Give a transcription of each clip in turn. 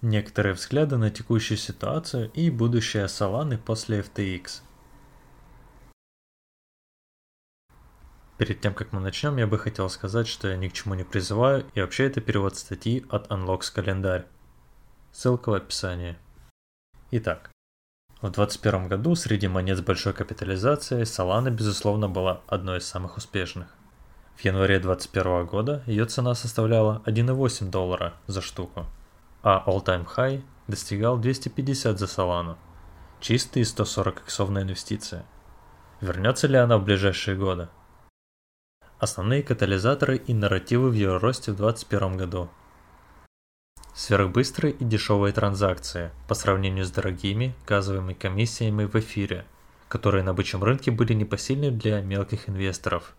Некоторые взгляды на текущую ситуацию и будущее Solana после FTX. Перед тем, как мы начнем, я бы хотел сказать, что я ни к чему не призываю, и вообще это перевод статьи от Unlocks календарь. Ссылка в описании. Итак, в 2021 году среди монет с большой капитализацией Solana, безусловно, была одной из самых успешных. В январе 2021 года ее цена составляла $1.8 за штуку, а all-time high достигал 250 за Solana. Чистые 140 иксов на инвестиции. Вернется ли она в ближайшие годы? Основные катализаторы и нарративы в ее росте в 2021 году. Сверхбыстрые и дешевые транзакции по сравнению с дорогими газовыми комиссиями в эфире, которые на бычьем рынке были непосильны для мелких инвесторов.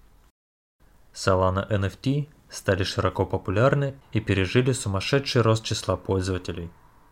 Solana NFT стали широко популярны и пережили сумасшедший рост числа пользователей.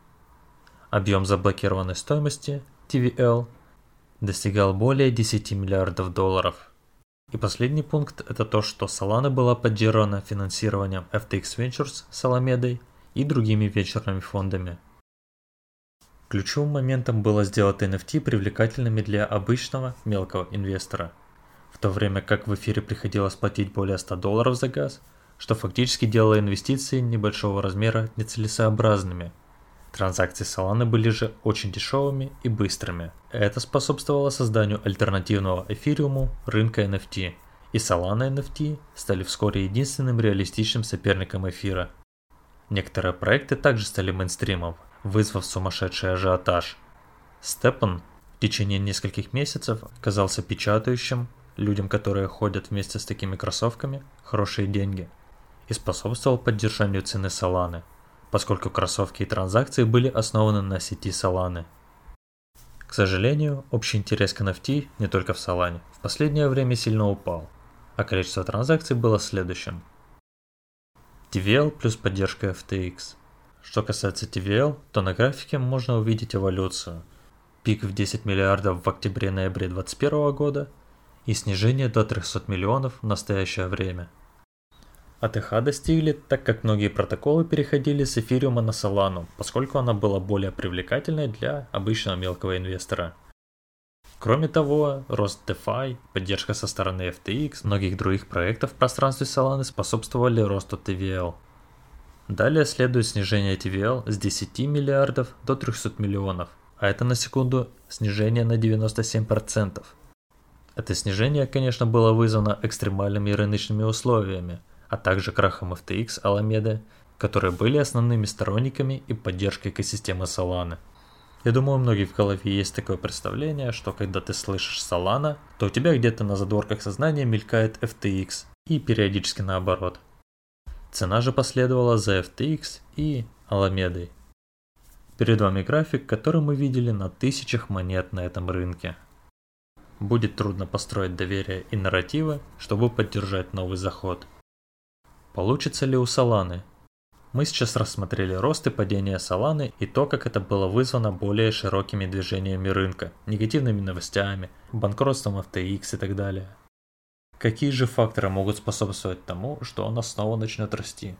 Объем заблокированной стоимости TVL достигал более 10 миллиардов долларов. И последний пункт – это то, что Solana была поддержана финансированием FTX Ventures с Alameda и другими венчурными фондами. Ключевым моментом было сделать NFT привлекательными для обычного мелкого инвестора, в то время как в эфире приходилось платить более $100 за газ, что фактически делало инвестиции небольшого размера нецелесообразными. Транзакции Solana были же очень дешевыми и быстрыми. Это способствовало созданию альтернативного эфириуму рынка NFT, и Solana NFT стали вскоре единственным реалистичным соперником эфира. Некоторые проекты также стали мейнстримом, вызвав сумасшедший ажиотаж. Степан в течение нескольких месяцев оказался печатающим людям, которые ходят вместе с такими кроссовками, хорошие деньги, и способствовал поддержанию цены Solana, поскольку кроссовки и транзакции были основаны на сети Solana. К сожалению, общий интерес к NFT не только в Solana в последнее время сильно упал, а количество транзакций было следующим. TVL плюс поддержка FTX. Что касается TVL, то на графике можно увидеть эволюцию. Пик в 10 миллиардов в октябре-ноябре 2021 года и снижение до 300 миллионов в настоящее время. АТХ достигли, так как многие протоколы переходили с эфириума на Solana, поскольку она была более привлекательной для обычного мелкого инвестора. Кроме того, рост DeFi, поддержка со стороны FTX, многих других проектов в пространстве Solana способствовали росту TVL. Далее следует снижение TVL с 10 миллиардов до 300 миллионов, а это на секунду снижение на 97%. Это снижение, конечно, было вызвано экстремальными рыночными условиями, а также крахом FTX Alameda, которые были основными сторонниками и поддержкой экосистемы Solana. Я думаю, у многих в голове есть такое представление, что когда ты слышишь Solana, то у тебя где-то на задворках сознания мелькает FTX, и периодически наоборот. Цена же последовала за FTX и Alameda. Перед вами график, который мы видели на тысячах монет на этом рынке. Будет трудно построить доверие и нарративы, чтобы поддержать новый заход. Получится ли у Solana? Мы сейчас рассмотрели рост и падение Solana и то, как это было вызвано более широкими движениями рынка, негативными новостями, банкротством FTX и так далее. Какие же факторы могут способствовать тому, что она снова начнет расти?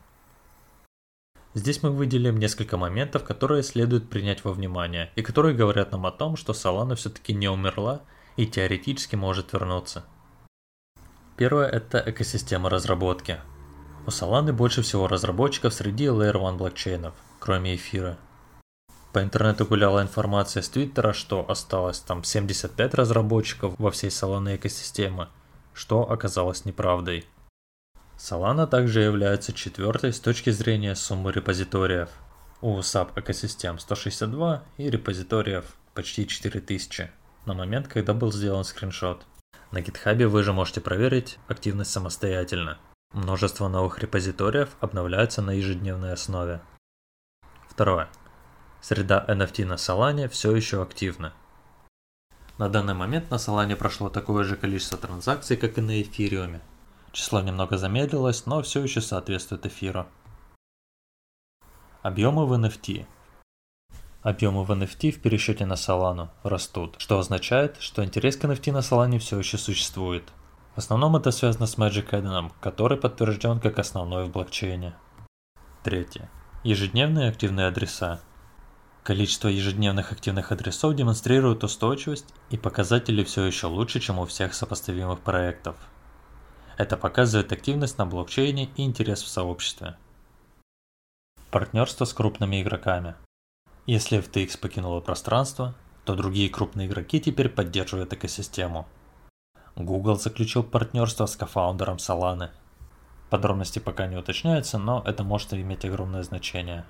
Здесь мы выделим несколько моментов, которые следует принять во внимание, и которые говорят нам о том, что Solana все-таки не умерла и теоретически может вернуться. Первое – это экосистема разработки. У Solana больше всего разработчиков среди Layer 1 блокчейнов, кроме эфира. По интернету гуляла информация с Твиттера, что осталось там 75 разработчиков во всей Solana экосистемы, что оказалось неправдой. Solana также является четвертой с точки зрения суммы репозиториев. У саб-экосистем 162 и репозиториев почти 4000 на момент, когда был сделан скриншот. На GitHub вы же можете проверить активность самостоятельно. Множество новых репозиториев обновляются на ежедневной основе. Второе. Среда NFT на Solana все еще активна. На данный момент на Solana прошло такое же количество транзакций, как и на эфириуме. Число немного замедлилось, но все еще соответствует эфиру. Объемы в NFT. Объемы в NFT в пересчете на Solana растут, что означает, что интерес к NFT на Solana все еще существует. В основном это связано с Magic Eden, который подтвержден как основной в блокчейне. Третье. Ежедневные активные адреса. Количество ежедневных активных адресов демонстрирует устойчивость, и показатели все еще лучше, чем у всех сопоставимых проектов. Это показывает активность на блокчейне и интерес в сообществе. Партнерство с крупными игроками. Если FTX покинуло пространство, то другие крупные игроки теперь поддерживают экосистему. Google заключил партнерство с кофаундером Solana. Подробности пока не уточняются, но это может иметь огромное значение.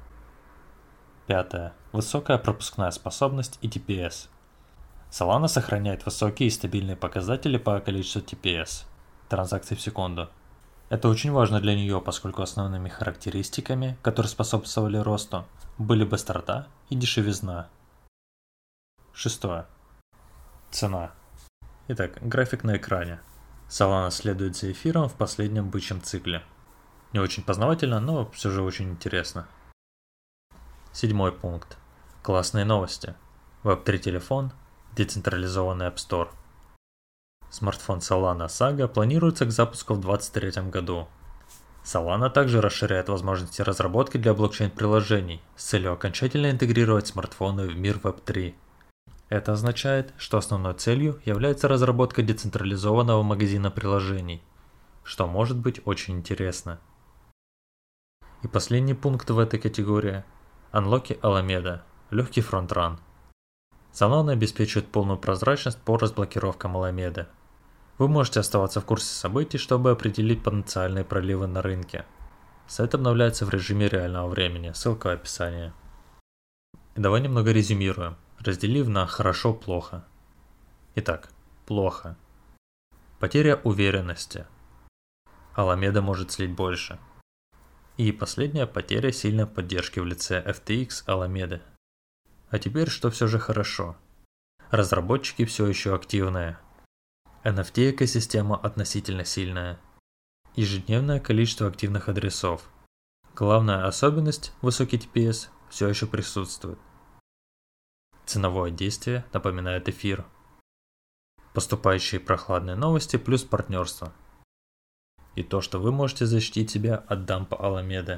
5. Высокая пропускная способность и TPS. Solana сохраняет высокие и стабильные показатели по количеству TPS – транзакций в секунду. Это очень важно для нее, поскольку основными характеристиками, которые способствовали росту, были быстрота и дешевизна. 6. Цена. Итак, график на экране. Solana следует за эфиром в последнем бычьем цикле. Не очень познавательно, но все же очень интересно. 7 пункт. Классные новости. Web3 телефон, децентрализованный App Store. Смартфон Solana Saga планируется к запуску в 2023 году. Solana также расширяет возможности разработки для блокчейн-приложений с целью окончательно интегрировать смартфоны в мир Web3. Это означает, что основной целью является разработка децентрализованного магазина приложений, что может быть очень интересно. И последний пункт в этой категории – Unlock Alameda, легкий фронтран. Solana обеспечивает полную прозрачность по разблокировкам Alameda. Вы можете оставаться в курсе событий, чтобы определить потенциальные проливы на рынке. Сайт обновляется в режиме реального времени, ссылка в описании. И давай немного резюмируем, разделив на хорошо-плохо. Итак, плохо. Потеря уверенности. Alameda может слить больше. И последняя потеря сильной поддержки в лице FTX Alameda. А теперь что все же хорошо. Разработчики все еще активные. NFT экосистема относительно сильная. Ежедневное количество активных адресов. Главная особенность – высокий TPS – все еще присутствует. Ценовое действие напоминает эфир. Поступающие прохладные новости плюс партнерство. И то, что вы можете защитить себя от дампа Alameda.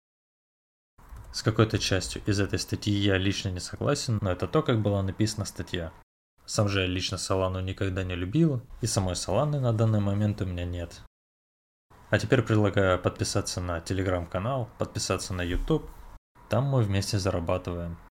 С какой-то частью из этой статьи я лично не согласен, но это то, как была написана статья. Сам же я лично Solana никогда не любил, и самой Solana на данный момент у меня нет. А теперь предлагаю подписаться на телеграм-канал, подписаться на YouTube. Там мы вместе зарабатываем.